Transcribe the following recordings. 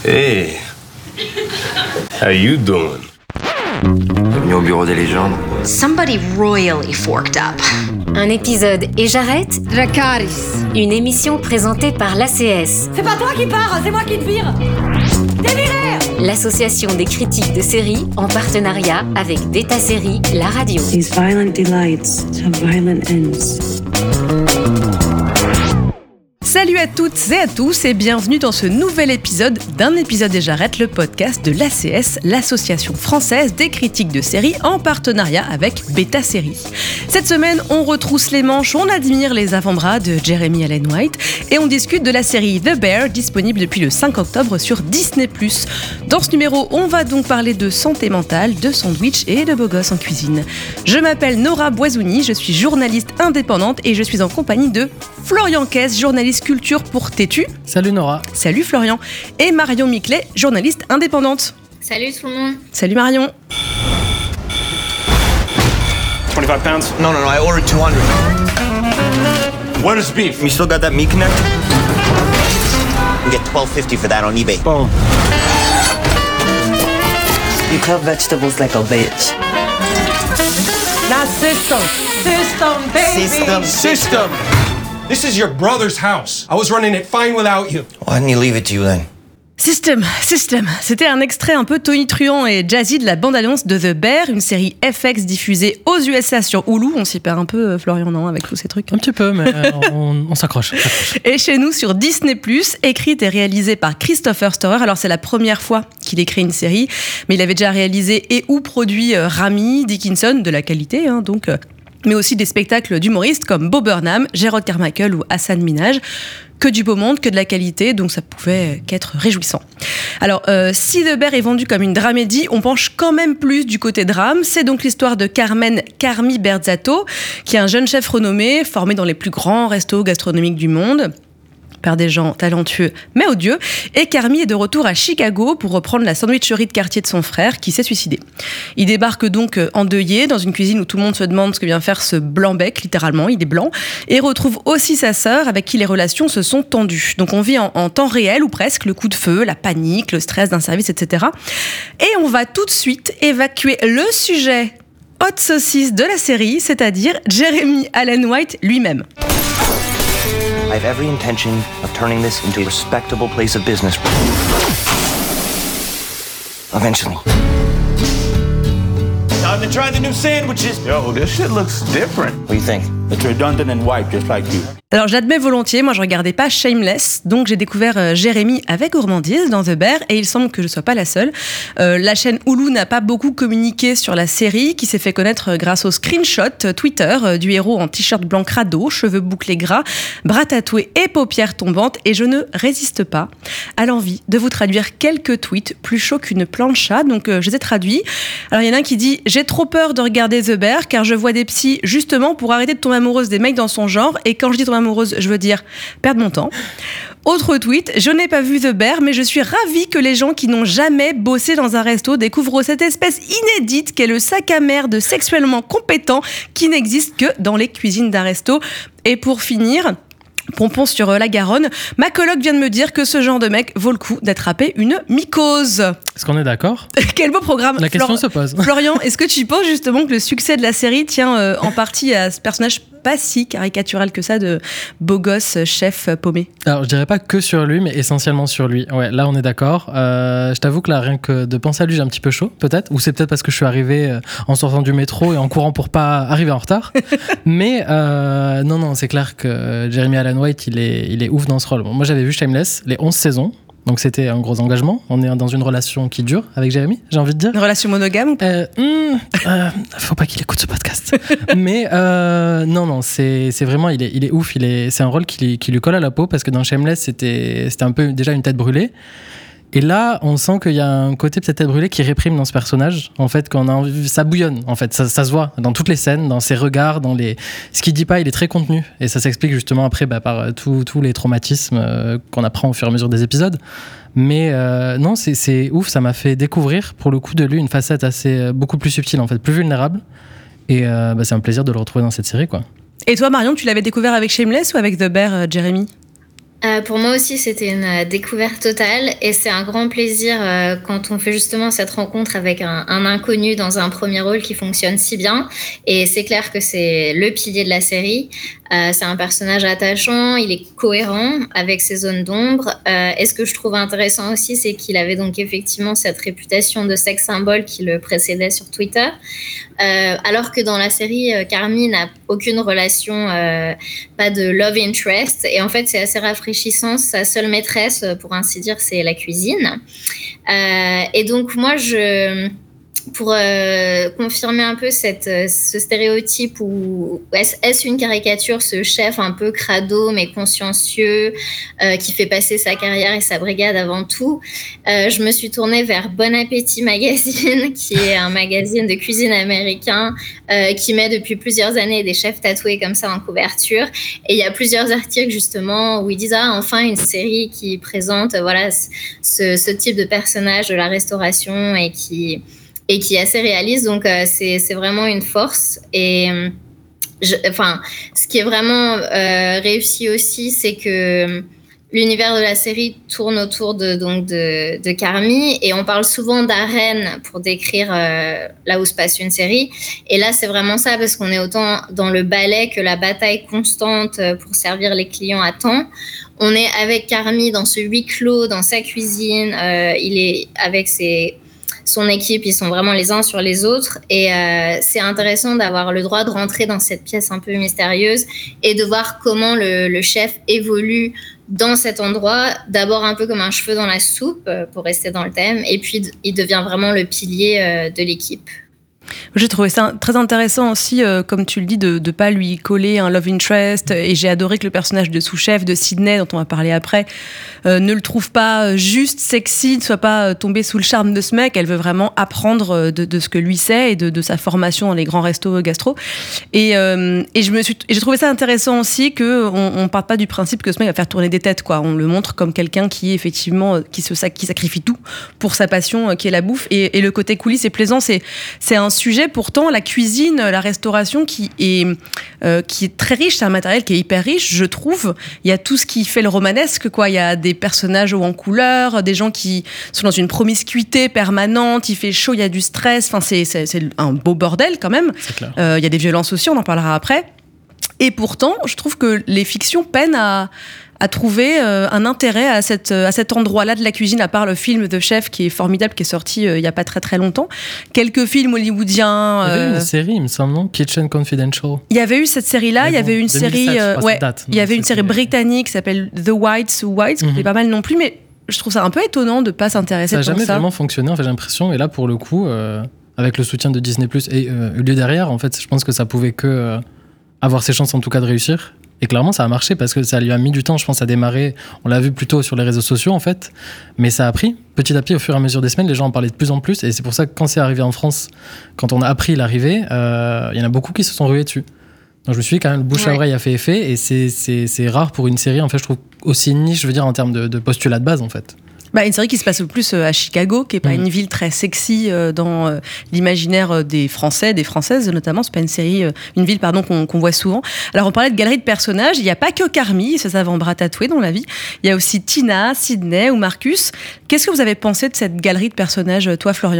Hey, how you doing? Bienvenue au bureau des légendes. Somebody royally forked up. Un épisode et j'arrête. Dracarys. Une émission présentée par l'ACS. C'est pas toi qui pars, c'est moi qui te vire. T'es viré. L'association des critiques de séries en partenariat avec Beta Série, la radio. These violent delights have violent ends. Salut à toutes et à tous et bienvenue dans ce nouvel épisode d'un épisode et j'arrête, le podcast de l'ACS, l'association française des critiques de séries en partenariat avec Beta Série. Cette semaine, on retrousse les manches, on admire les avant-bras de Jeremy Allen White et on discute de la série The Bear, disponible depuis le 5 octobre sur Disney+. Dans ce numéro, on va donc parler de santé mentale, de sandwich et de beaux gosses en cuisine. Je m'appelle Nora Boisouni, je suis journaliste indépendante et je suis en compagnie de Florian Kess, journaliste culture pour Tétu. Salut Nora. Salut Florian. Et Marion Miclet, journaliste indépendante. Salut tout le monde. Salut Marion. 25 pounds? No, I ordered 200. What is beef? You still got that meat connect? You get $12.50 for that on eBay. Boom. You cut vegetables like a bitch. Now system, baby. System. This is your brother's house. I was running it fine without you. Why didn't he leave it to you then? System. C'était un extrait un peu tonitruant et jazzy de la bande-annonce de The Bear, une série FX diffusée aux USA sur Hulu. On s'y perd un peu, Florian, non, avec tous ces trucs. Un petit peu, mais on s'accroche. Et chez nous sur Disney+, écrite et réalisée par Christopher Storer. Alors c'est la première fois qu'il écrit une série, mais il avait déjà réalisé et ou produit Rami, Dickinson, de la qualité, donc... mais aussi des spectacles d'humoristes comme Bo Burnham, Jerrod Carmichael ou Hassan Minhaj. Que du beau monde, que de la qualité, donc ça pouvait qu'être réjouissant. Alors, si The Bear est vendu comme une dramédie, on penche quand même plus du côté drame. C'est donc l'histoire de Carmi Berzatto, qui est un jeune chef renommé, formé dans les plus grands restos gastronomiques du monde, par des gens talentueux mais odieux, et Carmi est de retour à Chicago pour reprendre la sandwicherie de quartier de son frère qui s'est suicidé. Il débarque donc endeuillé dans une cuisine où tout le monde se demande ce que vient faire ce blanc-bec, littéralement, il est blanc, et retrouve aussi sa sœur avec qui les relations se sont tendues. Donc on vit en temps réel ou presque le coup de feu, la panique, le stress d'un service, etc. Et on va tout de suite évacuer le sujet hot saucisse de la série, c'est-à-dire Jeremy Allen White lui-même. I have every intention of turning this into a respectable place of business. Eventually. Time to try the new sandwiches. Yo, this shit looks different. What do you think? It's redundant and white, just like you. Alors j'admets volontiers, moi je regardais pas Shameless, donc j'ai découvert Jérémy avec gourmandise dans The Bear et il semble que je sois pas la seule. La chaîne Hulu n'a pas beaucoup communiqué sur la série qui s'est fait connaître grâce aux screenshots Twitter du héros en t-shirt blanc crado, cheveux bouclés gras, bras tatoués et paupières tombantes, et je ne résiste pas à l'envie de vous traduire quelques tweets plus chauds qu'une plancha, donc je les ai traduits. Alors il y en a un qui dit « J'ai trop peur de regarder The Bear car je vois des psys justement pour arrêter de tomber amoureuse des mecs dans son genre, et quand je dis tomber amoureuse, je veux dire perdre mon temps. » Autre tweet, je n'ai pas vu The Bear, mais je suis ravie que les gens qui n'ont jamais bossé dans un resto découvrent cette espèce inédite qu'est le sac à merde sexuellement compétent qui n'existe que dans les cuisines d'un resto. Et pour finir... Pompon sur la Garonne, ma coloc vient de me dire que ce genre de mec vaut le coup d'attraper une mycose. Est-ce qu'on est d'accord? Quel beau programme. La question se pose. Florian, est-ce que tu penses justement que le succès de la série tient en partie à ce personnage pas si caricatural que ça de beau gosse chef paumé? Alors je dirais pas que sur lui, mais essentiellement sur lui. Ouais, là on est d'accord. Je t'avoue que là, rien que de penser à lui, j'ai un petit peu chaud, peut-être. Ou c'est peut-être parce que je suis arrivé en sortant du métro et en courant pour pas arriver en retard. Mais non, c'est clair que Jeremy Allen White, il est ouf dans ce rôle. Bon, moi j'avais vu Shameless, les 11 saisons. Donc c'était un gros engagement. On est dans une relation qui dure avec Jérémy, j'ai envie de dire. Une relation monogame ou pas? Faut pas qu'il écoute ce podcast. Mais non, c'est vraiment, il est ouf. C'est un rôle qui lui colle à la peau parce que dans Shameless, c'était un peu déjà une tête brûlée. Et là, on sent qu'il y a un côté peut-être tête brûlée qui réprime dans ce personnage. En fait, qu'on a envie, ça bouillonne. En fait, ça se voit dans toutes les scènes, dans ses regards, ce qu'il dit pas, il est très contenu. Et ça s'explique justement après par tous les traumatismes qu'on apprend au fur et à mesure des épisodes. Mais non, c'est ouf. Ça m'a fait découvrir pour le coup de lui une facette beaucoup plus subtile, en fait, plus vulnérable. Et c'est un plaisir de le retrouver dans cette série, quoi. Et toi, Marion, tu l'avais découvert avec Shameless ou avec The Bear, Jeremy? Pour moi aussi, c'était une découverte totale et c'est un grand plaisir quand on fait justement cette rencontre avec un inconnu dans un premier rôle qui fonctionne si bien. Et c'est clair que c'est le pilier de la série. C'est un personnage attachant, il est cohérent avec ses zones d'ombre. Et ce que je trouve intéressant aussi, c'est qu'il avait donc effectivement cette réputation de sex symbole qui le précédait sur Twitter. Alors que dans la série, Carmy n'a aucune relation, pas de love interest. Et en fait, c'est assez rafraîchissant. Sa seule maîtresse, pour ainsi dire, c'est la cuisine. Et donc, moi, pour confirmer un peu ce stéréotype où est-ce une caricature, ce chef un peu crado mais consciencieux qui fait passer sa carrière et sa brigade avant tout, je me suis tournée vers Bon Appétit Magazine qui est un magazine de cuisine américain qui met depuis plusieurs années des chefs tatoués comme ça en couverture, et il y a plusieurs articles justement où ils disent enfin une série qui présente voilà ce type de personnage de la restauration et qui est assez réaliste, donc c'est vraiment une force. Et ce qui est vraiment réussi aussi, c'est que l'univers de la série tourne autour de Carmy, et on parle souvent d'arène pour décrire là où se passe une série. Et là, c'est vraiment ça, parce qu'on est autant dans le ballet que la bataille constante pour servir les clients à temps. On est avec Carmy dans ce huis clos, dans sa cuisine. Il est avec son équipe, ils sont vraiment les uns sur les autres, et c'est intéressant d'avoir le droit de rentrer dans cette pièce un peu mystérieuse et de voir comment le chef évolue dans cet endroit, d'abord un peu comme un cheveu dans la soupe, pour rester dans le thème, et puis il devient vraiment le pilier de l'équipe. J'ai trouvé ça très intéressant aussi, comme tu le dis, de pas lui coller un love interest, et j'ai adoré que le personnage de sous-chef de Sydney, dont on va parler après, ne le trouve pas juste sexy, ne soit pas tombé sous le charme de ce mec. Elle veut vraiment apprendre de ce que lui sait et de sa formation dans les grands restos gastro. Et j'ai trouvé ça intéressant aussi qu'on parte pas du principe que ce mec va faire tourner des têtes, quoi. On le montre comme quelqu'un qui effectivement qui sacrifie tout pour sa passion, qui est la bouffe, et le côté coulisses est plaisant. C'est un sujet, pourtant, la cuisine, la restauration qui est très riche, c'est un matériel qui est hyper riche, je trouve. Il y a tout ce qui fait le romanesque, quoi. Il y a des personnages hauts en couleur, des gens qui sont dans une promiscuité permanente, il fait chaud, il y a du stress, enfin, c'est un beau bordel quand même. Il y a des violences aussi, on en parlera après. Et pourtant, je trouve que les fictions peinent à trouver un intérêt à cet endroit-là de la cuisine, à part le film The Chef qui est formidable, qui est sorti il n'y a pas très très longtemps. Quelques films hollywoodiens. Il y avait une série, il me semble, non ? Kitchen Confidential. Il y avait eu cette série-là, il y avait eu une 2007, série, il y avait une série série britannique qui s'appelle The Whites, qui était pas mal non plus, mais je trouve ça un peu étonnant de ne pas s'intéresser à ça. Ça n'a jamais vraiment fonctionné, en fait, j'ai l'impression, et là pour le coup, avec le soutien de Disney+, et lieu derrière, en fait, je pense que ça pouvait que avoir ses chances en tout cas de réussir. Et clairement, ça a marché parce que ça lui a mis du temps, je pense, à démarrer. On l'a vu plutôt sur les réseaux sociaux, en fait. Mais ça a pris petit à petit, au fur et à mesure des semaines. Les gens en parlaient de plus en plus. Et c'est pour ça que quand c'est arrivé en France, quand on a appris l'arrivée, il y en a beaucoup qui se sont rués dessus. Donc je me suis dit, quand même, le bouche à oreille a fait effet. Et c'est rare pour une série, en fait, je trouve, aussi niche, je veux dire, en termes de postulat de base, en fait. Une série qui se passe le plus à Chicago, qui n'est pas une ville très sexy dans l'imaginaire des Français, des Françaises notamment. C'est pas une ville qu'on voit souvent. Alors on parlait de galerie de personnages. Il n'y a pas que Carmy, ses avant-bras tatoués dans la vie. Il y a aussi Tina, Sydney ou Marcus. Qu'est-ce que vous avez pensé de cette galerie de personnages, toi Florian ?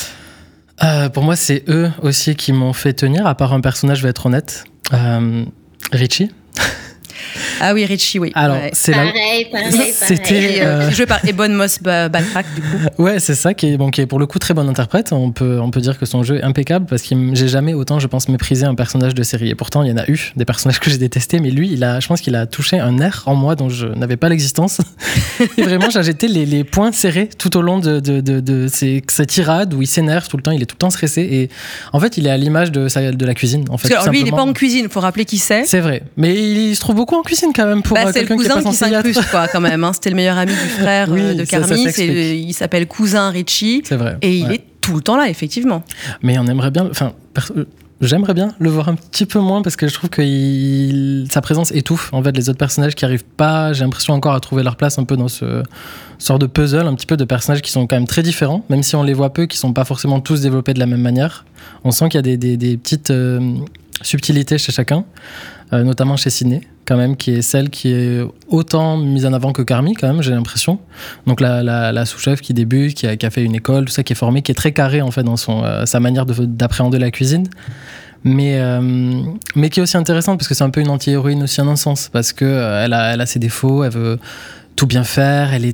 Pour moi, c'est eux aussi qui m'ont fait tenir, à part un personnage, je vais être honnête. Richie. Ah oui, Richie, oui. Alors, c'est pareil. C'était joué par Ebon Moss-Backrack, du coup. Ouais, c'est ça qui est pour le coup très bon interprète. On peut dire que son jeu est impeccable parce que j'ai jamais autant, je pense, méprisé un personnage de série. Et pourtant, il y en a eu des personnages que j'ai détestés, mais lui, je pense qu'il a touché un nerf en moi dont je n'avais pas l'existence. Et vraiment, j'étais les poings serrés tout au long de sa tirade où il s'énerve tout le temps, il est tout le temps stressé. Et en fait, il est à l'image de la cuisine. En fait, parce que lui, il n'est pas en cuisine, il faut rappeler qui c'est. C'est vrai, mais il se trouve beaucoup en cuisine quand même pour quelqu'un qui est pas censé y être. C'est le cousin qui s'incruste, quoi, quand même. C'était le meilleur ami du frère de Carmy. Il s'appelle cousin Richie. C'est vrai. Et il est tout le temps là, effectivement. Mais on aimerait bien. J'aimerais bien le voir un petit peu moins parce que je trouve que sa présence étouffe en fait les autres personnages qui arrivent pas, j'ai l'impression encore à trouver leur place un peu dans ce sort de puzzle, un petit peu de personnages qui sont quand même très différents, même si on les voit peu, qui sont pas forcément tous développés de la même manière. On sent qu'il y a des petites subtilités chez chacun. notamment chez Sydney, quand même, qui est celle qui est autant mise en avant que Carmi, quand même, j'ai l'impression. Donc la sous-chef qui débute, qui a fait une école, tout ça, qui est formée, qui est très carrée en fait dans sa manière d'appréhender la cuisine. Mais qui est aussi intéressante parce que c'est un peu une anti-héroïne aussi en un sens, parce que elle a ses défauts, elle veut tout bien faire, elle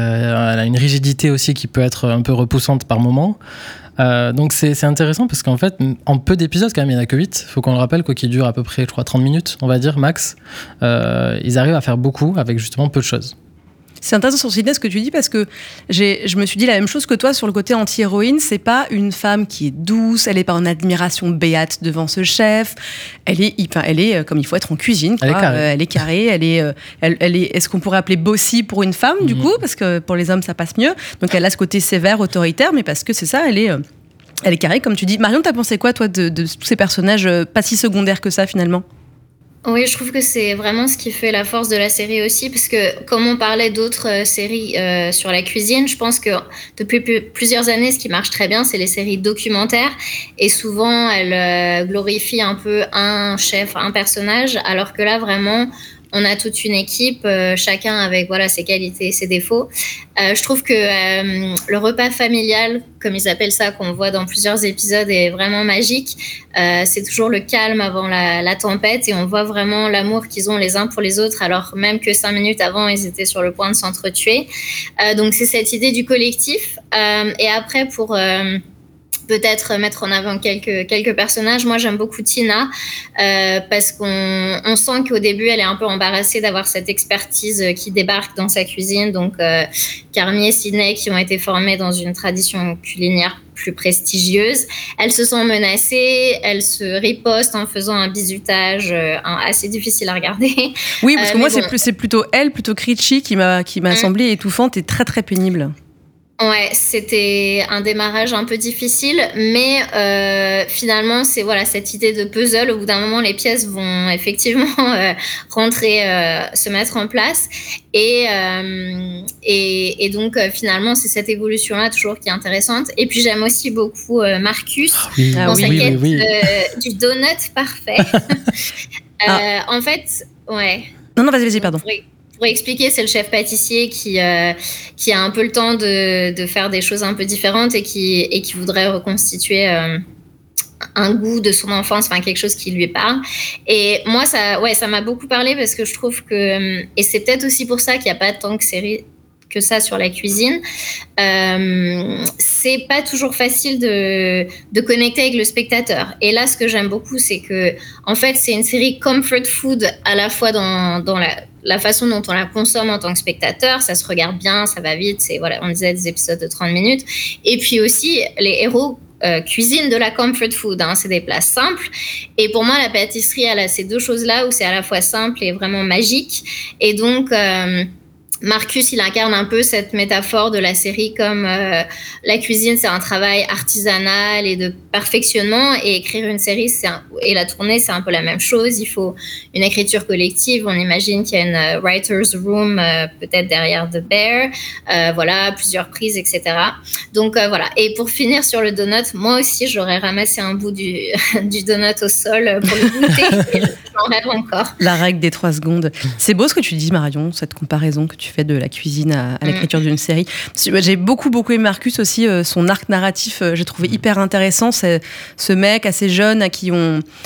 a une rigidité aussi qui peut être un peu repoussante par moments. Donc c'est intéressant parce qu'en fait, en peu d'épisodes, quand même, il n'y en a que 8, il faut qu'on le rappelle, quoi, qui dure à peu près, je crois, 30 minutes, on va dire, max. Ils arrivent à faire beaucoup avec justement peu de choses. C'est intéressant sur Sydney ce que tu dis parce que je me suis dit la même chose que toi sur le côté anti-héroïne. C'est pas une femme qui est douce, elle est pas en admiration béate devant ce chef. Elle est comme il faut être en cuisine, quoi. Elle est carrée. Elle est. Est-ce qu'on pourrait appeler bossy pour une femme du coup, parce que pour les hommes ça passe mieux. Donc elle a ce côté sévère, autoritaire, mais parce que c'est ça, elle est carrée comme tu dis. Marion, t'as pensé quoi toi de tous ces personnages pas si secondaires que ça finalement? Oui, je trouve que c'est vraiment ce qui fait la force de la série aussi, parce que comme on parlait d'autres séries sur la cuisine, je pense que depuis plusieurs années, ce qui marche très bien, c'est les séries documentaires, et souvent elles glorifient un peu un chef, un personnage, alors que là vraiment on a toute une équipe, chacun avec ses qualités et ses défauts. Je trouve que le repas familial, comme ils appellent ça, qu'on voit dans plusieurs épisodes, est vraiment magique. C'est toujours le calme avant la tempête, et on voit vraiment l'amour qu'ils ont les uns pour les autres, alors même que 5 minutes avant, ils étaient sur le point de s'entretuer. Donc c'est cette idée du collectif. Et après, pour peut-être mettre en avant quelques personnages. Moi, j'aime beaucoup Tina parce qu'on sent qu'au début, elle est un peu embarrassée d'avoir cette expertise qui débarque dans sa cuisine. Donc, Carmi et Sydney, qui ont été formés dans une tradition culinaire plus prestigieuse, elles se sont menacées, elles se ripostent en faisant un bizutage assez difficile à regarder. Oui, parce que moi, c'est plutôt elle, plutôt Critchy, qui m'a semblé étouffante et très, très pénible. Ouais, c'était un démarrage un peu difficile, mais finalement, c'est cette idée de puzzle. Au bout d'un moment, les pièces vont effectivement rentrer, se mettre en place, et donc finalement, c'est cette évolution-là toujours qui est intéressante. Et puis j'aime aussi beaucoup Marcus dans sa quête du donut parfait. En fait, ouais. Non, vas-y, pardon. Oui. Pour expliquer, c'est le chef pâtissier qui a un peu le temps de faire des choses un peu différentes et qui voudrait reconstituer un goût de son enfance, quelque chose qui lui parle. Et moi, ça m'a beaucoup parlé parce que je trouve que, et c'est peut-être aussi pour ça qu'il n'y a pas tant de séries que ça sur la cuisine, c'est pas toujours facile de connecter avec le spectateur. Et là, ce que j'aime beaucoup, c'est que, en fait, c'est une série comfort food à la fois dans la façon dont on la consomme en tant que spectateur. Ça se regarde bien, ça va vite, on disait des épisodes de 30 minutes. Et puis aussi, les héros cuisinent de la comfort food, c'est des plats simples. Et pour moi, la pâtisserie, elle a ces deux choses-là où c'est à la fois simple et vraiment magique. Et donc, Marcus, il incarne un peu cette métaphore de la série comme la cuisine, c'est un travail artisanal et de perfectionnement, et écrire une série et la tourner, c'est un peu la même chose. Il faut une écriture collective. On imagine qu'il y a une writer's room peut-être derrière The Bear, plusieurs prises, etc. Donc voilà. Et pour finir sur le donut, moi aussi, j'aurais ramassé un bout du donut au sol pour le goûter, et j'en rêve encore. La règle des 3 secondes. C'est beau ce que tu dis, Marion, cette comparaison que tu fais de la cuisine à l'écriture d'une série. J'ai beaucoup aimé Marcus aussi, son arc narratif, j'ai trouvé hyper intéressant. C'est ce mec assez jeune à qui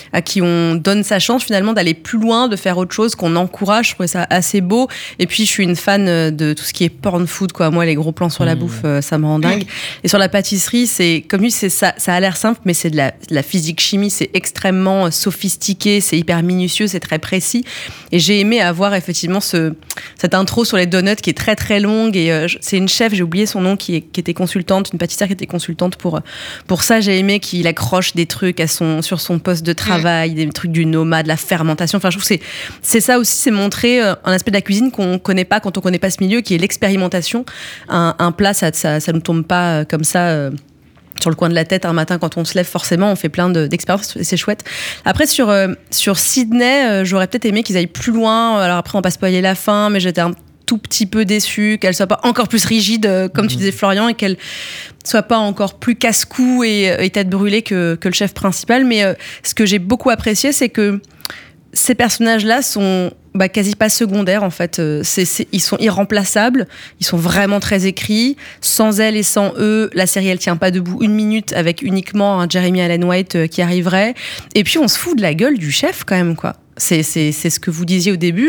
on donne sa chance finalement d'aller plus loin, de faire autre chose, qu'on encourage. Je trouvais ça assez beau. Et puis je suis une fan de tout ce qui est porn food, quoi. Moi, les gros plans sur la bouffe, ça me rend dingue. Et sur la pâtisserie, c'est comme ça a l'air simple, mais c'est de la physique chimie, c'est extrêmement sophistiqué, c'est hyper minutieux, c'est très précis. Et j'ai aimé avoir effectivement cette intro sur les donuts qui est très très longue, et c'est une chef, j'ai oublié son nom, qui était consultante, une pâtissière qui était consultante pour ça. J'ai aimé qu'il accroche des trucs sur son poste de travail, des trucs du nomade, de la fermentation. Enfin, je trouve que c'est ça aussi, c'est montrer un aspect de la cuisine qu'on connaît pas quand on connaît pas ce milieu, qui est l'expérimentation. Un plat, ça nous tombe pas comme ça sur le coin de la tête un matin quand on se lève. Forcément, on fait plein d'expériences et c'est chouette. Après, sur Sydney, j'aurais peut-être aimé qu'ils aillent plus loin. Alors après, on va pas spoiler la fin, mais j'étais un tout petit peu déçue qu'elle soit pas encore plus rigide, comme tu disais, Florian, et qu'elle soit pas encore plus casse-cou et tête brûlée que le chef principal. Mais ce que j'ai beaucoup apprécié, c'est que ces personnages-là sont quasi pas secondaires en fait. Ils sont irremplaçables, ils sont vraiment très écrits. Sans elle et sans eux, la série elle tient pas debout une minute avec uniquement un Jeremy Allen White qui arriverait. Et puis on se fout de la gueule du chef quand même quoi. C'est ce que vous disiez au début.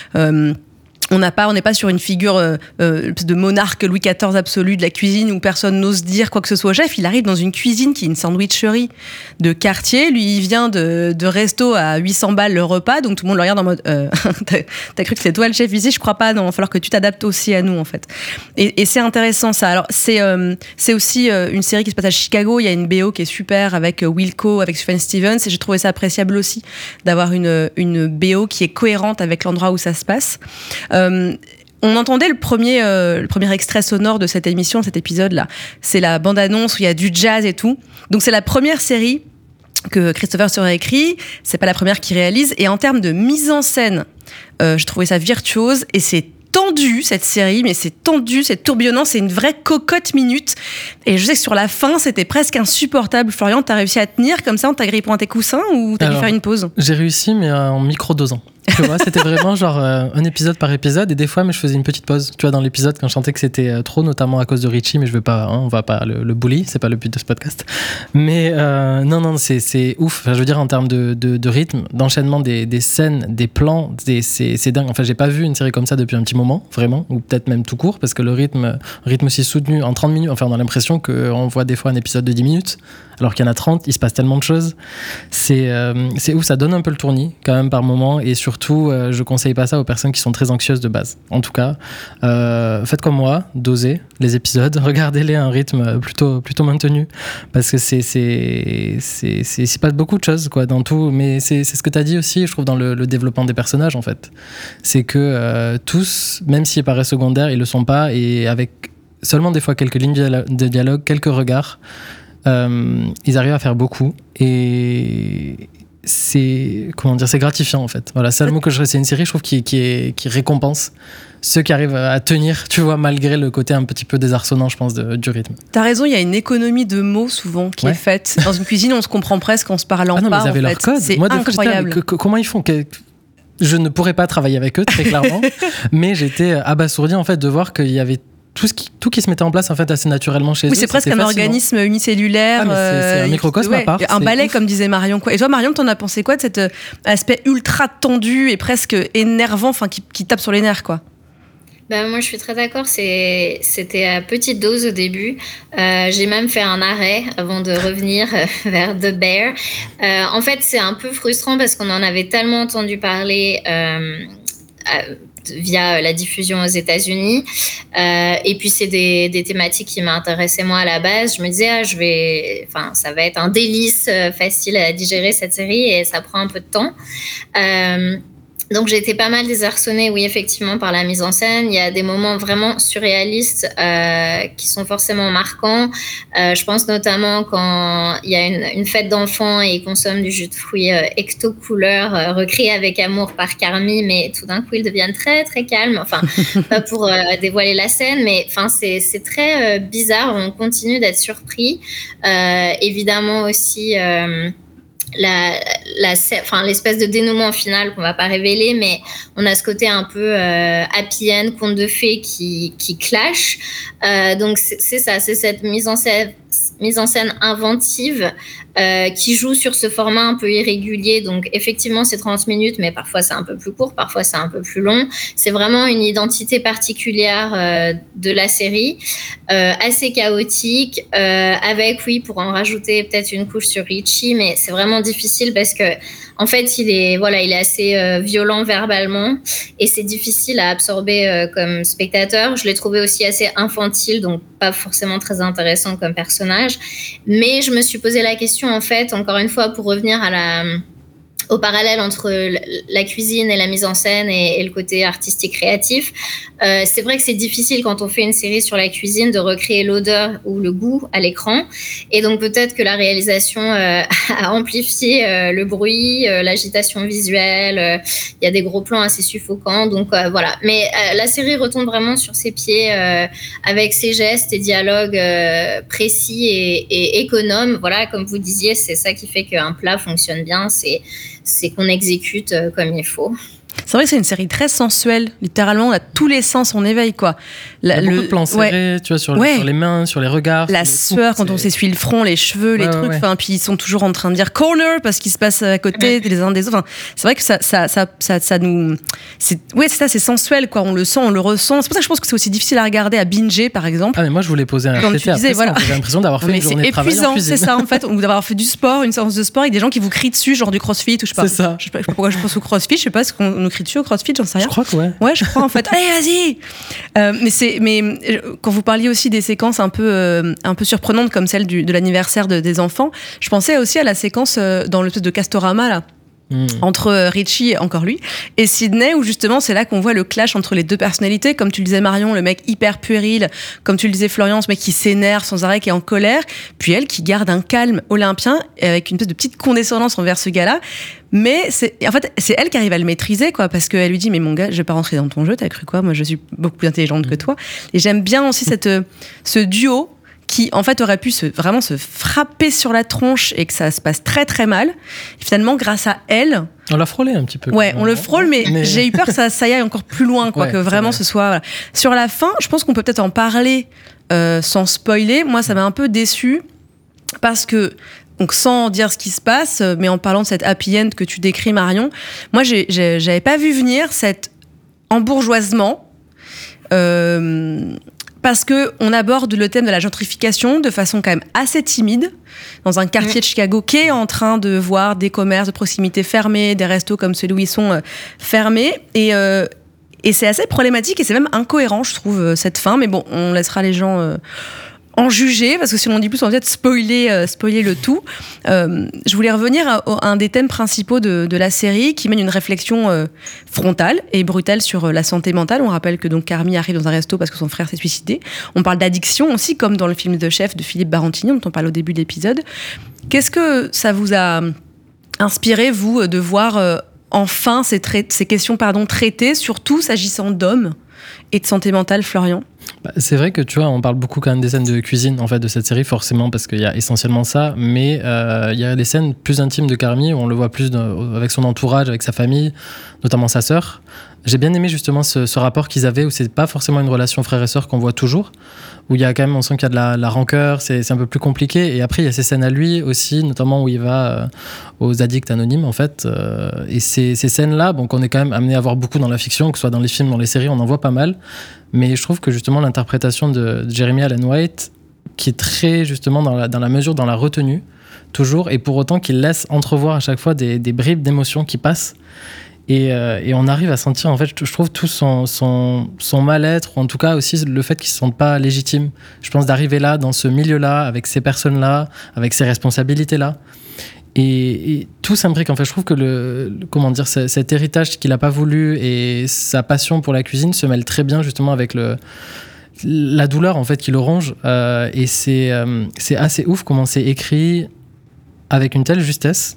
On n'est pas sur une figure de monarque Louis XIV absolu de la cuisine où personne n'ose dire quoi que ce soit au chef. Il arrive dans une cuisine qui est une sandwicherie de quartier. Lui, il vient de resto à 800 balles le repas, donc tout le monde le regarde en mode t'as cru que c'est toi le chef ici? Je crois pas, non, il va falloir que tu t'adaptes aussi à nous en fait. Et c'est intéressant ça. Alors c'est aussi une série qui se passe à Chicago. Il y a une BO qui est super avec Wilco, avec Sufjan Stevens, et j'ai trouvé ça appréciable aussi d'avoir une BO qui est cohérente avec l'endroit où ça se passe. On entendait le premier extrait sonore de cette émission, cet épisode-là. C'est la bande-annonce où il y a du jazz et tout. Donc c'est la première série que Christopher Storer a écrit. C'est pas la première qu'il réalise. Et en termes de mise en scène, j'ai trouvé ça virtuose et c'est tendu cette série, mais c'est tendu, c'est tourbillonnant, c'est une vraie cocotte minute. Et je sais que sur la fin, c'était presque insupportable. Florian, t'as réussi à tenir comme ça en t'agrippant tes coussins ou t'as dû faire une pause? J'ai réussi, mais en micro-dosant. Tu vois, c'était vraiment genre un épisode par épisode, et des fois, mais je faisais une petite pause. Tu vois, dans l'épisode, quand je sentais que c'était trop, notamment à cause de Richie, mais je veux pas, on va pas le bully, c'est pas le but de ce podcast. Mais non, c'est ouf. Enfin, je veux dire, en termes de rythme, d'enchaînement des scènes, des plans, c'est dingue. Enfin, j'ai pas vu une série comme ça depuis un petit moment, vraiment, ou peut-être même tout court, parce que le rythme aussi soutenu en 30 minutes, enfin, on a l'impression qu'on voit des fois un épisode de 10 minutes, alors qu'il y en a 30, il se passe tellement de choses. C'est ouf, ça donne un peu le tournis, quand même, par moment, et surtout, je conseille pas ça aux personnes qui sont très anxieuses de base. En tout cas, faites comme moi, dosez les épisodes, regardez-les à un rythme plutôt maintenu, parce que c'est pas beaucoup de choses, quoi, dans tout, mais c'est ce que t'as dit aussi, je trouve, dans le développement des personnages, en fait. C'est que tous, même s'ils paraissent secondaires, ils le sont pas, et avec seulement des fois quelques lignes de dialogue, quelques regards, ils arrivent à faire beaucoup, et c'est gratifiant en fait. Voilà, c'est le mot que c'est une série, je trouve, qui récompense ceux qui arrivent à tenir, tu vois, malgré le côté un petit peu désarçonnant, je pense, du rythme. T'as raison, il y a une économie de mots souvent qui est faite. Dans une cuisine, on se comprend presque en se parlant pas. Mais ils avaient leur code. C'est moi, incroyable. Comment ils font Je ne pourrais pas travailler avec eux, très clairement, mais j'étais abasourdi en fait de voir qu'il y avait tout qui se mettait en place en fait assez naturellement chez eux. Oui, c'est presque un organisme unicellulaire. C'est un microcosme à part. Un ballet, comme disait Marion. Et toi, Marion, t'en as pensé quoi de cet aspect ultra tendu et presque énervant, enfin qui tape sur les nerfs, quoi? Moi, je suis très d'accord. C'était à petite dose au début. J'ai même fait un arrêt avant de revenir vers The Bear. En fait, c'est un peu frustrant parce qu'on en avait tellement entendu parler via la diffusion aux États-Unis. Et puis, c'est des thématiques qui m'intéressaient moi à la base. Je me disais, ça va être un délice facile à digérer cette série et ça prend un peu de temps. Donc, j'ai été pas mal désarçonnée, oui, effectivement, par la mise en scène. Il y a des moments vraiment surréalistes qui sont forcément marquants. Je pense notamment quand il y a une fête d'enfants et ils consomment du jus de fruits ecto-couleur recréé avec amour par Carmi, mais tout d'un coup, ils deviennent très, très calmes. Enfin, pas pour dévoiler la scène, mais c'est très bizarre. On continue d'être surpris. Évidemment aussi... l'espèce de dénouement final qu'on va pas révéler, mais on a ce côté un peu happy end, conte de fées qui clash. Donc c'est ça, c'est cette mise en scène inventive qui joue sur ce format un peu irrégulier. Donc effectivement c'est 30 minutes, mais parfois c'est un peu plus court, parfois c'est un peu plus long. C'est vraiment une identité particulière de la série, assez chaotique, avec, oui, pour en rajouter peut-être une couche sur Richie, mais c'est vraiment difficile parce que en fait il est assez violent verbalement et c'est difficile à absorber comme spectateur. Je l'ai trouvé aussi assez infantile, donc pas forcément très intéressant comme personnage, mais je me suis posé la question, en fait, encore une fois, pour revenir au parallèle entre la cuisine et la mise en scène et le côté artistique créatif. C'est vrai que c'est difficile quand on fait une série sur la cuisine de recréer l'odeur ou le goût à l'écran. Et donc peut-être que la réalisation a amplifié le bruit, l'agitation visuelle. Il y a des gros plans assez suffocants. Donc voilà. Mais la série retombe vraiment sur ses pieds avec ses gestes et dialogues précis et économes. Voilà, comme vous disiez, c'est ça qui fait qu'un plat fonctionne bien. c'est qu'on exécute comme il faut. C'est vrai que c'est une série très sensuelle. Littéralement, on a tous les sens en éveil, quoi. Il y a beaucoup de plans serrés, tu vois, sur les mains, sur les regards. La sueur, quand on s'essuie le front, les cheveux, les trucs. Enfin, puis ils sont toujours en train de dire corner parce qu'ils se passent à côté les uns des autres. Enfin, c'est vrai que ça nous. C'est sensuel, quoi. On le sent, on le ressent. C'est pour ça que je pense que c'est aussi difficile à regarder, à binger, par exemple. Ah, mais moi, je voulais poser un Comme tu disais, voilà. J'ai l'impression d'avoir fait une journée de travail en cuisine. C'est ça, en fait, ou d'avoir fait du sport, une séance de sport avec des gens qui vous crient dessus, genre du crossfit, ou je sais pas. C'est ça. Je sais pas pourquoi je pense au crossfit. Je sais pas ce qu'on nous crie dessus au crossfit, j'en sais rien. Je crois que ouais, je crois en fait. Allez, vas-y. Mais quand vous parliez aussi des séquences un peu surprenantes comme celle de l'anniversaire des enfants, je pensais aussi à la séquence dans le truc de Castorama là. Entre Richie, encore lui, et Sydney, où justement c'est là qu'on voit le clash entre les deux personnalités, comme tu le disais Marion, le mec hyper puéril, comme tu le disais Florian, ce mec qui s'énerve sans arrêt, qui est en colère, puis elle qui garde un calme olympien avec une espèce de petite condescendance envers ce gars-là, mais c'est elle qui arrive à le maîtriser, quoi, parce qu'elle lui dit mais mon gars, je vais pas rentrer dans ton jeu, t'as cru quoi, moi je suis beaucoup plus intelligente que toi, et j'aime bien aussi ce duo qui en fait aurait pu vraiment se frapper sur la tronche et que ça se passe très très mal. Et finalement, grâce à elle... On l'a frôlé un petit peu. Ouais, on le frôle, mais j'ai eu peur que ça y aille encore plus loin, quoi, que vraiment ce soit... Voilà. Sur la fin, je pense qu'on peut peut-être en parler sans spoiler. Moi, ça m'a un peu déçue parce que, donc sans dire ce qui se passe, mais en parlant de cette happy end que tu décris, Marion, moi, j'avais pas vu venir cet embourgeoisement... parce qu'on aborde le thème de la gentrification de façon quand même assez timide, dans un quartier de Chicago qui est en train de voir des commerces de proximité fermés, des restos comme celui où ils sont fermés. Et c'est assez problématique et c'est même incohérent, je trouve, cette fin. Mais bon, on laissera les gens... en juger, parce que si on en dit plus, on va peut-être spoiler le tout. Je voulais revenir à un des thèmes principaux de la série, qui mène une réflexion frontale et brutale sur la santé mentale. On rappelle que donc Carmy arrive dans un resto parce que son frère s'est suicidé. On parle d'addiction aussi, comme dans le film The Chef de Philippe Barantini, dont on parle au début de l'épisode. Qu'est-ce que ça vous a inspiré, vous, de voir enfin ces questions traitées, surtout s'agissant d'hommes et de santé mentale, Florian? C'est vrai que tu vois, on parle beaucoup quand même des scènes de cuisine en fait de cette série, forcément, parce qu'il y a essentiellement ça, mais il y a des scènes plus intimes de Carmy où on le voit plus avec son entourage, avec sa famille, notamment sa sœur. J'ai bien aimé justement ce rapport qu'ils avaient où c'est pas forcément une relation frère et sœur qu'on voit toujours, où il y a quand même, on sent qu'il y a de la rancœur, c'est un peu plus compliqué. Et après il y a ces scènes à lui aussi, notamment où il va aux addicts anonymes en fait, et ces scènes-là, bon, qu'on est quand même amené à voir beaucoup dans la fiction, que ce soit dans les films, dans les séries, on en voit pas mal. Mais je trouve que justement l'interprétation de Jeremy Allen White, qui est très justement dans la mesure, dans la retenue, toujours, et pour autant qu'il laisse entrevoir à chaque fois des bribes d'émotions qui passent. Et on arrive à sentir, en fait, je trouve, tout son mal-être, ou en tout cas aussi le fait qu'il ne se sente pas légitime. Je pense d'arriver là, dans ce milieu-là, avec ces personnes-là, avec ces responsabilités-là. Et tout s'imbrique. En fait, je trouve que cet héritage qu'il n'a pas voulu et sa passion pour la cuisine se mêlent très bien justement avec la douleur en fait qui le ronge. Et c'est assez ouf comment c'est écrit avec une telle justesse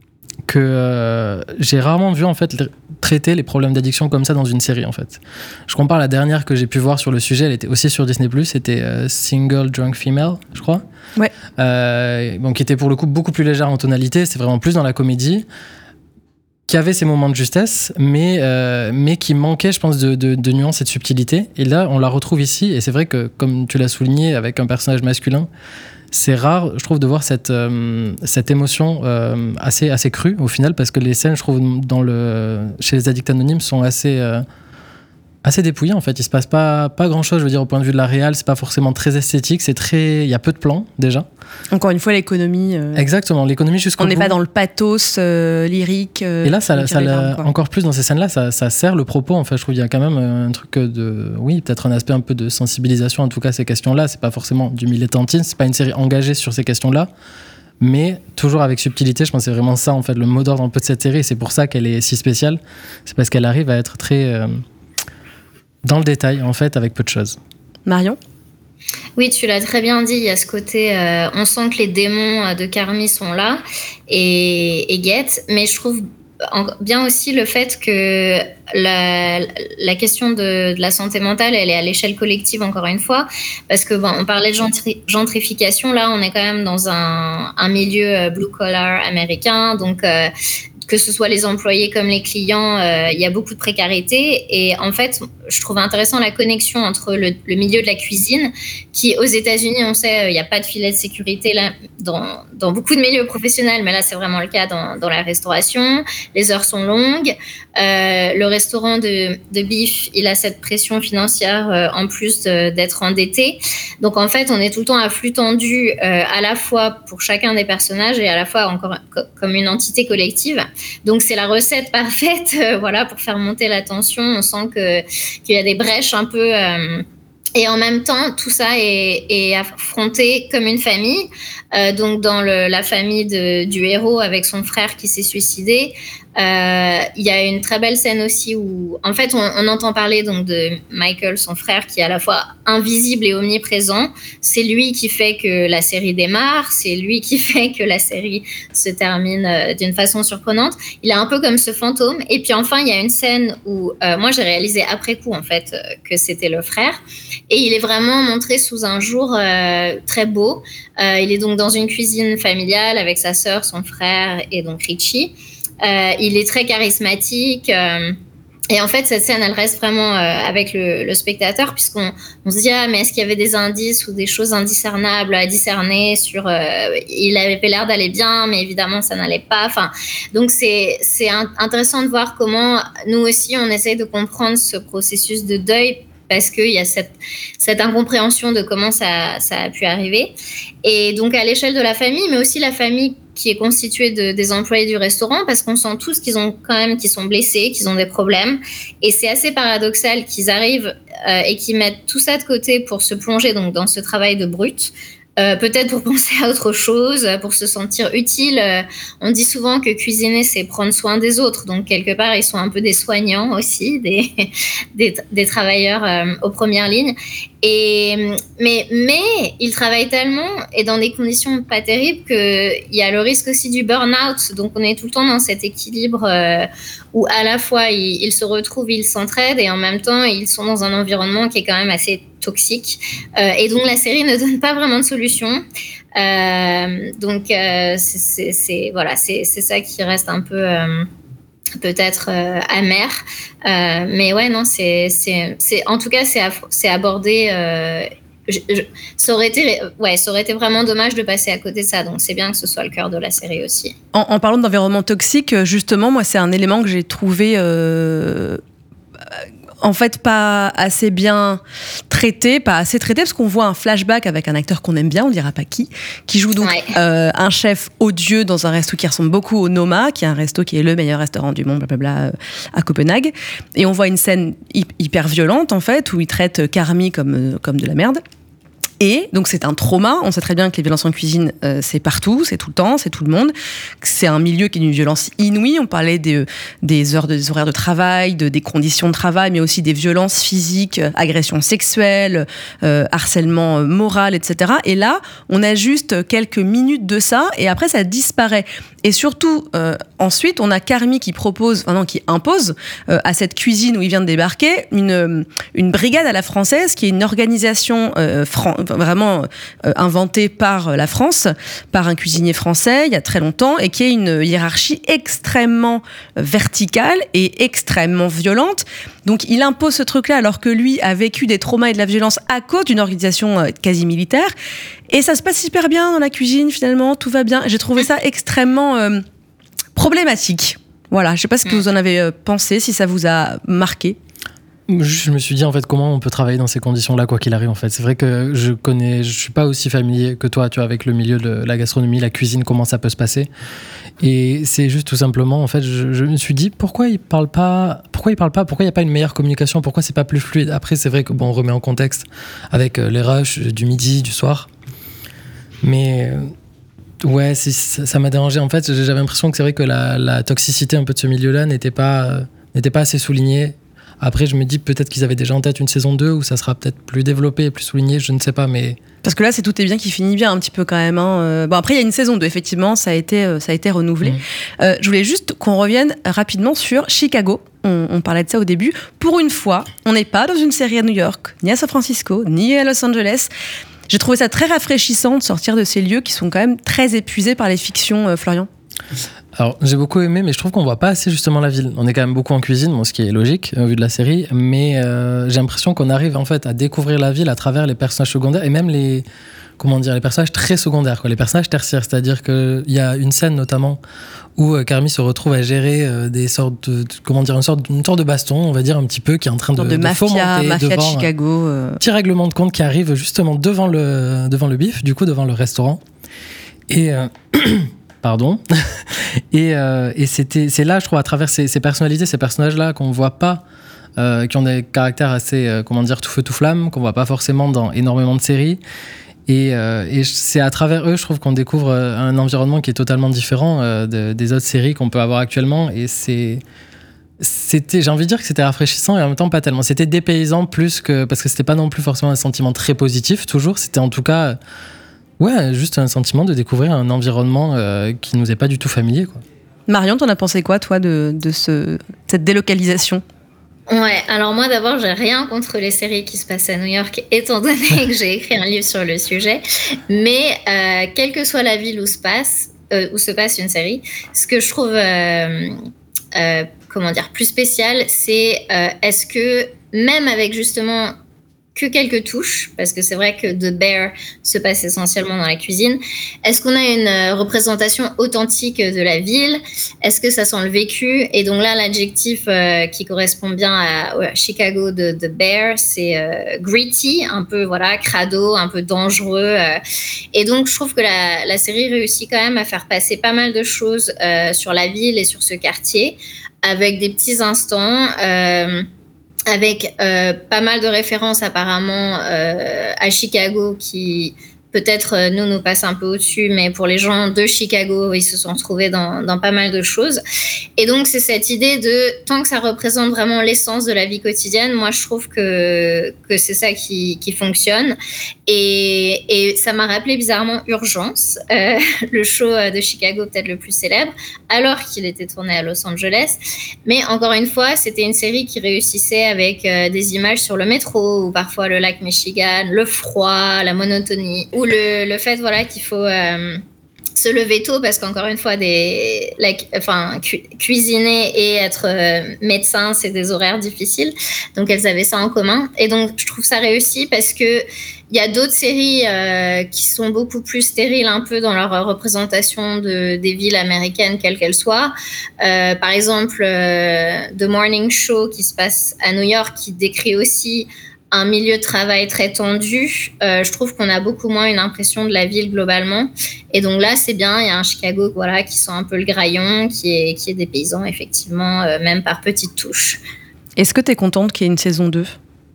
que j'ai rarement vu en fait traiter les problèmes d'addiction comme ça dans une série en fait. Je compare la dernière que j'ai pu voir sur le sujet, elle était aussi sur Disney+, c'était Single Drunk Female, je crois. Ouais. Qui était pour le coup beaucoup plus légère en tonalité, c'est vraiment plus dans la comédie, qui avait ses moments de justesse, mais qui manquait, je pense, de nuances et de subtilité. Et là, on la retrouve ici, et c'est vrai que, comme tu l'as souligné, avec un personnage masculin, c'est rare, je trouve, de voir cette émotion assez crue, au final, parce que les scènes, je trouve, chez les addicts anonymes, sont assez dépouillé en fait, il se passe pas grand chose, je veux dire, au point de vue de la réal, c'est pas forcément très esthétique, il y a peu de plans déjà. Encore une fois, l'économie. Exactement, l'économie jusqu'au bout. On n'est pas dans le pathos lyrique. Et là, encore plus dans ces scènes-là, ça sert le propos en fait. Je trouve qu'il y a quand même un truc peut-être un aspect un peu de sensibilisation en tout cas ces questions-là. C'est pas forcément du militantisme, c'est pas une série engagée sur ces questions-là. Mais toujours avec subtilité, je pense que c'est vraiment ça en fait le mot d'ordre un peu de cette série. C'est pour ça qu'elle est si spéciale. C'est parce qu'elle arrive à être très dans le détail, en fait, avec peu de choses. Marion ? Oui, tu l'as très bien dit, il y a ce côté, on sent que les démons de Carmy sont là et guettent, mais je trouve bien aussi le fait que la question de la santé mentale, elle est à l'échelle collective, encore une fois, parce que on parlait de gentrification, là, on est quand même dans un milieu blue-collar américain, donc que ce soit les employés comme les clients, il y a beaucoup de précarité. Et en fait, je trouve intéressant la connexion entre le milieu de la cuisine, qui aux États-Unis, on sait, il n'y a pas de filet de sécurité là, dans beaucoup de milieux professionnels, mais là, c'est vraiment le cas dans la restauration. Les heures sont longues. Le restaurant de Beef, il a cette pression financière en plus d'être endetté. Donc, en fait, on est tout le temps à flux tendu, à la fois pour chacun des personnages et à la fois encore comme une entité collective. Donc, c'est la recette parfaite voilà, pour faire monter la tension. On sent qu'il y a des brèches un peu... et en même temps, tout ça est affronté comme une famille. Donc, dans la famille du héros avec son frère qui s'est suicidé, il y a une très belle scène aussi où, en fait, on entend parler donc de Michael, son frère, qui est à la fois invisible et omniprésent. C'est lui qui fait que la série démarre, c'est lui qui fait que la série se termine d'une façon surprenante. Il est un peu comme ce fantôme. Et puis enfin, il y a une scène où, moi, j'ai réalisé après coup, en fait, que c'était le frère. Et il est vraiment montré sous un jour très beau. Il est donc dans une cuisine familiale avec sa sœur, son frère et donc Richie. Il est très charismatique. Et en fait, cette scène, elle reste vraiment avec le spectateur, puisqu'on se dit, mais est-ce qu'il y avait des indices ou des choses indiscernables à discerner sur... il avait l'air d'aller bien, mais évidemment, ça n'allait pas. Enfin, donc, c'est intéressant de voir comment, nous aussi, on essaye de comprendre ce processus de deuil, parce qu'il y a cette incompréhension de comment ça a pu arriver. Et donc, à l'échelle de la famille, mais aussi la famille qui est constituée des employés du restaurant, parce qu'on sent tous qu'ils sont blessés, qu'ils ont des problèmes. Et c'est assez paradoxal qu'ils arrivent et qu'ils mettent tout ça de côté pour se plonger donc, dans ce travail de brut. Peut-être pour penser à autre chose, pour se sentir utile. On dit souvent que cuisiner, c'est prendre soin des autres. Donc, quelque part, ils sont un peu des soignants aussi, des travailleurs aux premières lignes. Mais ils travaillent tellement et dans des conditions pas terribles qu'il y a le risque aussi du burn-out. Donc, on est tout le temps dans cet équilibre où à la fois, ils se retrouvent, ils s'entraident et en même temps, ils sont dans un environnement qui est quand même assez toxique. Et donc, la série ne donne pas vraiment de solution. Donc, c'est ça qui reste un peu... peut-être amer, mais ouais, non, c'est en tout cas, c'est abordé. Ça aurait été vraiment dommage de passer à côté de ça, donc c'est bien que ce soit le cœur de la série aussi. En parlant d'environnement toxique, justement, moi, c'est un élément que j'ai trouvé en fait pas assez bien traité, pas assez traité, parce qu'on voit un flashback avec un acteur qu'on aime bien, on dira pas qui joue donc un chef odieux dans un resto qui ressemble beaucoup au Noma, qui est un resto qui est le meilleur restaurant du monde, blablabla, à Copenhague. Et on voit une scène hyper violente, en fait, où il traite Carmi comme de la merde. Et donc c'est un trauma, on sait très bien que les violences en cuisine c'est partout, c'est tout le temps, c'est tout le monde, c'est un milieu qui est d'une violence inouïe. On parlait des horaires de travail, des conditions de travail, mais aussi des violences physiques, agressions sexuelles, harcèlement moral, etc. Et là, on a juste quelques minutes de ça et après ça disparaît. Et surtout, ensuite, on a Carmi qui impose à cette cuisine où il vient de débarquer une brigade à la française, qui est une organisation vraiment inventée par la France, par un cuisinier français il y a très longtemps, et qui est une hiérarchie extrêmement verticale et extrêmement violente. Donc il impose ce truc-là alors que lui a vécu des traumas et de la violence à cause d'une organisation quasi militaire. Et ça se passe hyper bien dans la cuisine, finalement, tout va bien. J'ai trouvé ça extrêmement problématique. Voilà, je sais pas ce que vous en avez pensé, si ça vous a marqué. Je me suis dit, en fait, comment on peut travailler dans ces conditions-là, quoi qu'il arrive, en fait. C'est vrai que je suis pas aussi familier que toi, tu vois, avec le milieu de la gastronomie, la cuisine, comment ça peut se passer. Et c'est juste tout simplement, en fait, je me suis dit, pourquoi il parle pas, pourquoi il n'y a pas une meilleure communication, pourquoi c'est pas plus fluide. Après, c'est vrai que, on remet en contexte avec les rushs du midi, du soir. Mais, ouais, ça m'a dérangé. En fait, j'avais l'impression que c'est vrai que la toxicité un peu de ce milieu-là n'était pas assez soulignée. Après, je me dis peut-être qu'ils avaient déjà en tête une saison 2 où ça sera peut-être plus développé et plus souligné, je ne sais pas, mais... Parce que là, c'est Tout est bien qui finit bien un petit peu quand même. Hein. Bon, après, il y a une saison 2, effectivement, ça a été renouvelé. Je voulais juste qu'on revienne rapidement sur Chicago. On parlait de ça au début. Pour une fois, on n'est pas dans une série à New York, ni à San Francisco, ni à Los Angeles. J'ai trouvé ça très rafraîchissant de sortir de ces lieux qui sont quand même très épuisés par les fictions, Florian. Alors, j'ai beaucoup aimé, mais je trouve qu'on voit pas assez justement la ville. On est quand même beaucoup en cuisine, bon, ce qui est logique au vu de la série, mais j'ai l'impression qu'on arrive en fait à découvrir la ville à travers les personnages secondaires et même les personnages très secondaires, quoi, les personnages tertiaires. C'est-à-dire qu'il y a une scène notamment où Carmy se retrouve à gérer des sortes de, une sorte de baston, on va dire un petit peu, qui est en train de mafia de Chicago. Petit règlement de compte qui arrive justement devant le bif, du coup devant le restaurant. Et pardon. Et c'est là, je trouve, à travers ces personnalités, ces personnages-là qu'on voit pas, qui ont des caractères assez, tout feu tout flamme, qu'on voit pas forcément dans énormément de séries. Et c'est à travers eux, je trouve, qu'on découvre un environnement qui est totalement différent des autres séries qu'on peut avoir actuellement. Et j'ai envie de dire que c'était rafraîchissant et en même temps pas tellement. C'était dépaysant plus que, parce que c'était pas non plus forcément un sentiment très positif toujours. C'était en tout cas, juste un sentiment de découvrir un environnement qui nous est pas du tout familier, quoi. Marion, t'en as pensé quoi, toi, de cette délocalisation ? Ouais, alors moi d'abord, j'ai rien contre les séries qui se passent à New York, étant donné que j'ai écrit un livre sur le sujet. Mais quelle que soit la ville où se passe une série, ce que je trouve plus spécial, c'est est-ce que même avec justement que quelques touches, parce que c'est vrai que The Bear se passe essentiellement dans la cuisine. Est-ce qu'on a une représentation authentique de la ville ? Est-ce que ça sent le vécu ? Et donc là, l'adjectif qui correspond bien à Chicago de The Bear, c'est gritty, un peu crado, un peu dangereux. Et donc, je trouve que la série réussit quand même à faire passer pas mal de choses sur la ville et sur ce quartier, avec des petits instants... avec pas mal de références apparemment à Chicago qui peut-être nous passent un peu au-dessus, mais pour les gens de Chicago, ils se sont retrouvés dans pas mal de choses. Et donc, c'est cette idée de, tant que ça représente vraiment l'essence de la vie quotidienne, moi, je trouve que c'est ça qui fonctionne. Et ça m'a rappelé bizarrement Urgence, le show de Chicago peut-être le plus célèbre, alors qu'il était tourné à Los Angeles. Mais encore une fois, c'était une série qui réussissait avec des images sur le métro, ou parfois le lac Michigan, le froid, la monotonie, ou le fait qu'il faut se lever tôt, parce qu'encore une fois, cuisiner et être médecin, c'est des horaires difficiles. Donc, elles avaient ça en commun. Et donc, je trouve ça réussi parce que il y a d'autres séries qui sont beaucoup plus stériles un peu dans leur représentation des villes américaines, quelles qu'elles soient. Par exemple, The Morning Show qui se passe à New York, qui décrit aussi un milieu de travail très tendu. Je trouve qu'on a beaucoup moins une impression de la ville globalement. Et donc là, c'est bien, il y a un Chicago qui sent un peu le graillon, qui est dépaysant, effectivement, même par petites touches. Est-ce que tu es contente qu'il y ait une saison 2 ?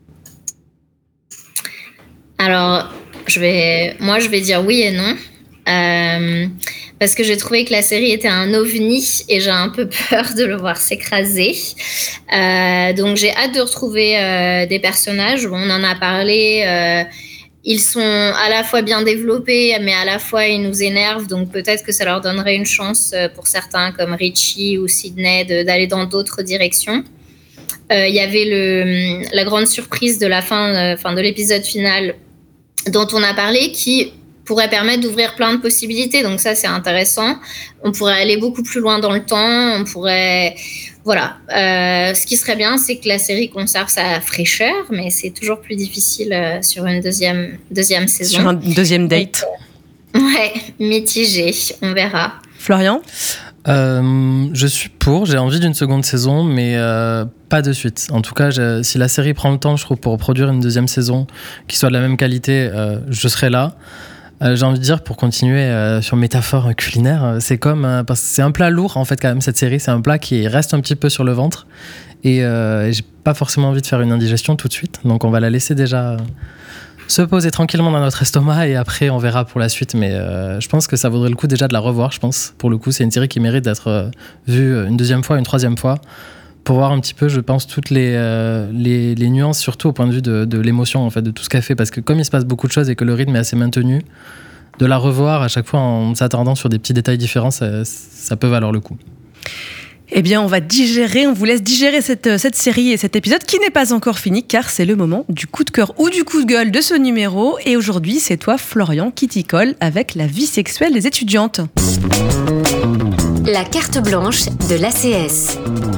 Alors, je vais dire oui et non. Parce que j'ai trouvé que la série était un ovni et j'ai un peu peur de le voir s'écraser. Donc, j'ai hâte de retrouver des personnages. On en a parlé. Ils sont à la fois bien développés, mais à la fois ils nous énervent. Donc, peut-être que ça leur donnerait une chance pour certains, comme Richie ou Sydney, d'aller dans d'autres directions. Il y avait la grande surprise de la fin de l'épisode final dont on a parlé, qui pourrait permettre d'ouvrir plein de possibilités. Donc ça, c'est intéressant. On pourrait aller beaucoup plus loin dans le temps. On pourrait... Voilà. Ce qui serait bien, c'est que la série conserve sa fraîcheur, mais c'est toujours plus difficile sur une deuxième saison. Sur un deuxième date. Ouais, mitigé. On verra. Florian ? Je suis pour, j'ai envie d'une seconde saison, mais pas de suite. En tout cas, si la série prend le temps, je trouve, pour produire une deuxième saison qui soit de la même qualité, je serai là. J'ai envie de dire, pour continuer sur métaphore culinaire, c'est comme parce que c'est un plat lourd en fait quand même, cette série. C'est un plat qui reste un petit peu sur le ventre et j'ai pas forcément envie de faire une indigestion tout de suite, donc on va la laisser déjà se poser tranquillement dans notre estomac et après on verra pour la suite. Mais je pense que ça vaudrait le coup déjà de la revoir. Je pense, pour le coup, c'est une série qui mérite d'être vue une deuxième fois, une troisième fois, pour voir un petit peu, je pense, toutes les nuances, surtout au point de vue de l'émotion, en fait, de tout ce qu'elle fait. Parce que comme il se passe beaucoup de choses et que le rythme est assez maintenu, de la revoir à chaque fois en s'attardant sur des petits détails différents, ça peut valoir le coup. Eh bien, on vous laisse digérer cette série et cet épisode qui n'est pas encore fini, car c'est le moment du coup de cœur ou du coup de gueule de ce numéro. Et aujourd'hui, c'est toi, Florian, qui t'y colle avec la vie sexuelle des étudiantes. La carte blanche de l'ACS.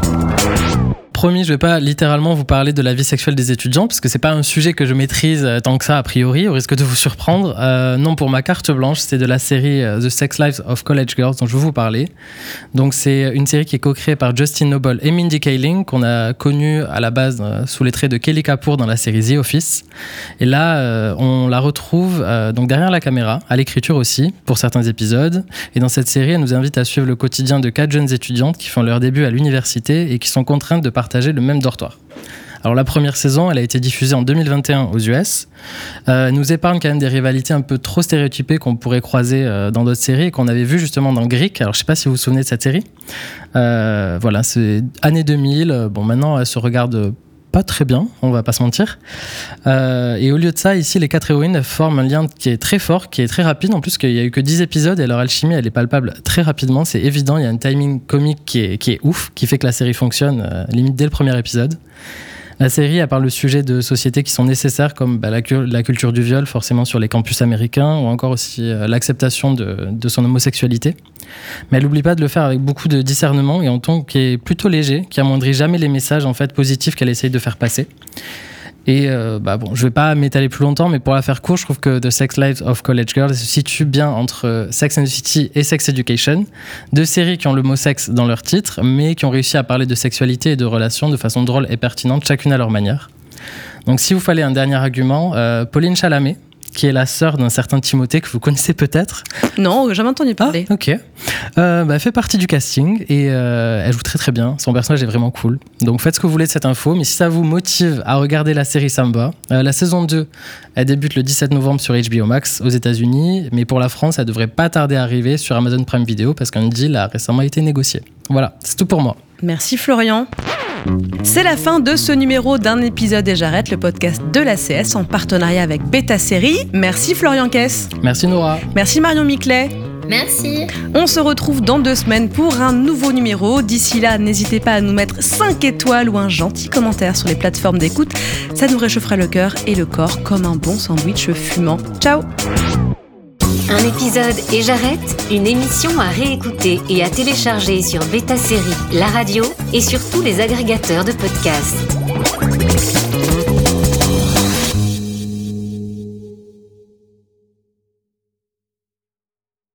Promis, je vais pas littéralement vous parler de la vie sexuelle des étudiants parce que c'est pas un sujet que je maîtrise tant que ça a priori, au risque de vous surprendre. Non, pour ma carte blanche, c'est de la série The Sex Lives of College Girls dont je vais vous parler. Donc c'est une série qui est co-créée par Justin Noble et Mindy Kaling, qu'on a connue à la base sous les traits de Kelly Kapoor dans la série The Office. Et là, on la retrouve donc derrière la caméra, à l'écriture aussi, pour certains épisodes. Et dans cette série, elle nous invite à suivre le quotidien de 4 jeunes étudiantes qui font leur début à l'université et qui sont contraintes de partager le même dortoir. Alors la première saison, elle a été diffusée en 2021 aux US. Elle nous épargne quand même des rivalités un peu trop stéréotypées qu'on pourrait croiser dans d'autres séries et qu'on avait vu justement dans Greek. Alors je sais pas si vous vous souvenez de cette série. Voilà, c'est année 2000. Bon, maintenant elle se regarde pas très bien, on va pas se mentir. Et au lieu de ça, ici, les 4 héroïnes forment un lien qui est très fort, qui est très rapide. En plus, qu'il y a eu que 10 épisodes et leur alchimie, elle est palpable très rapidement. C'est évident, il y a un timing comique qui est ouf, qui fait que la série fonctionne limite dès le premier épisode. La série, elle parle de sujets de société qui sont nécessaires, comme la culture du viol, forcément sur les campus américains, ou encore aussi l'acceptation de son homosexualité. Mais elle n'oublie pas de le faire avec beaucoup de discernement et en ton qui est plutôt léger, qui amoindrit jamais les messages en fait positifs qu'elle essaye de faire passer. Et bon, je vais pas m'étaler plus longtemps, mais pour la faire court, je trouve que The Sex Lives of College Girls se situe bien entre Sex and the City et Sex Education, deux séries qui ont le mot sexe dans leur titre, mais qui ont réussi à parler de sexualité et de relations de façon drôle et pertinente, chacune à leur manière. Donc si vous fallait un dernier argument, Pauline Chalamet, qui est la sœur d'un certain Timothée que vous connaissez peut-être. Non, j'ai jamais entendu parler. Ah, ok. Elle fait partie du casting et elle joue très très bien. Son personnage est vraiment cool. Donc faites ce que vous voulez de cette info, mais si ça vous motive à regarder la série Samba, la saison 2, elle débute le 17 novembre sur HBO Max aux États-Unis, mais pour la France, elle devrait pas tarder à arriver sur Amazon Prime Video parce qu'un deal a récemment été négocié. Voilà, c'est tout pour moi. Merci Florian. C'est la fin de ce numéro d'un épisode et j'arrête, le podcast de l'ACS en partenariat avec Beta Série. Merci Florian Kess. Merci Nora. Merci Marion Miclet. Merci. On se retrouve dans 2 semaines pour un nouveau numéro. D'ici là, n'hésitez pas à nous mettre 5 étoiles ou un gentil commentaire sur les plateformes d'écoute. Ça nous réchauffera le cœur et le corps comme un bon sandwich fumant. Ciao. Un épisode et j'arrête, une émission à réécouter et à télécharger sur Beta Série, la radio et sur tous les agrégateurs de podcasts.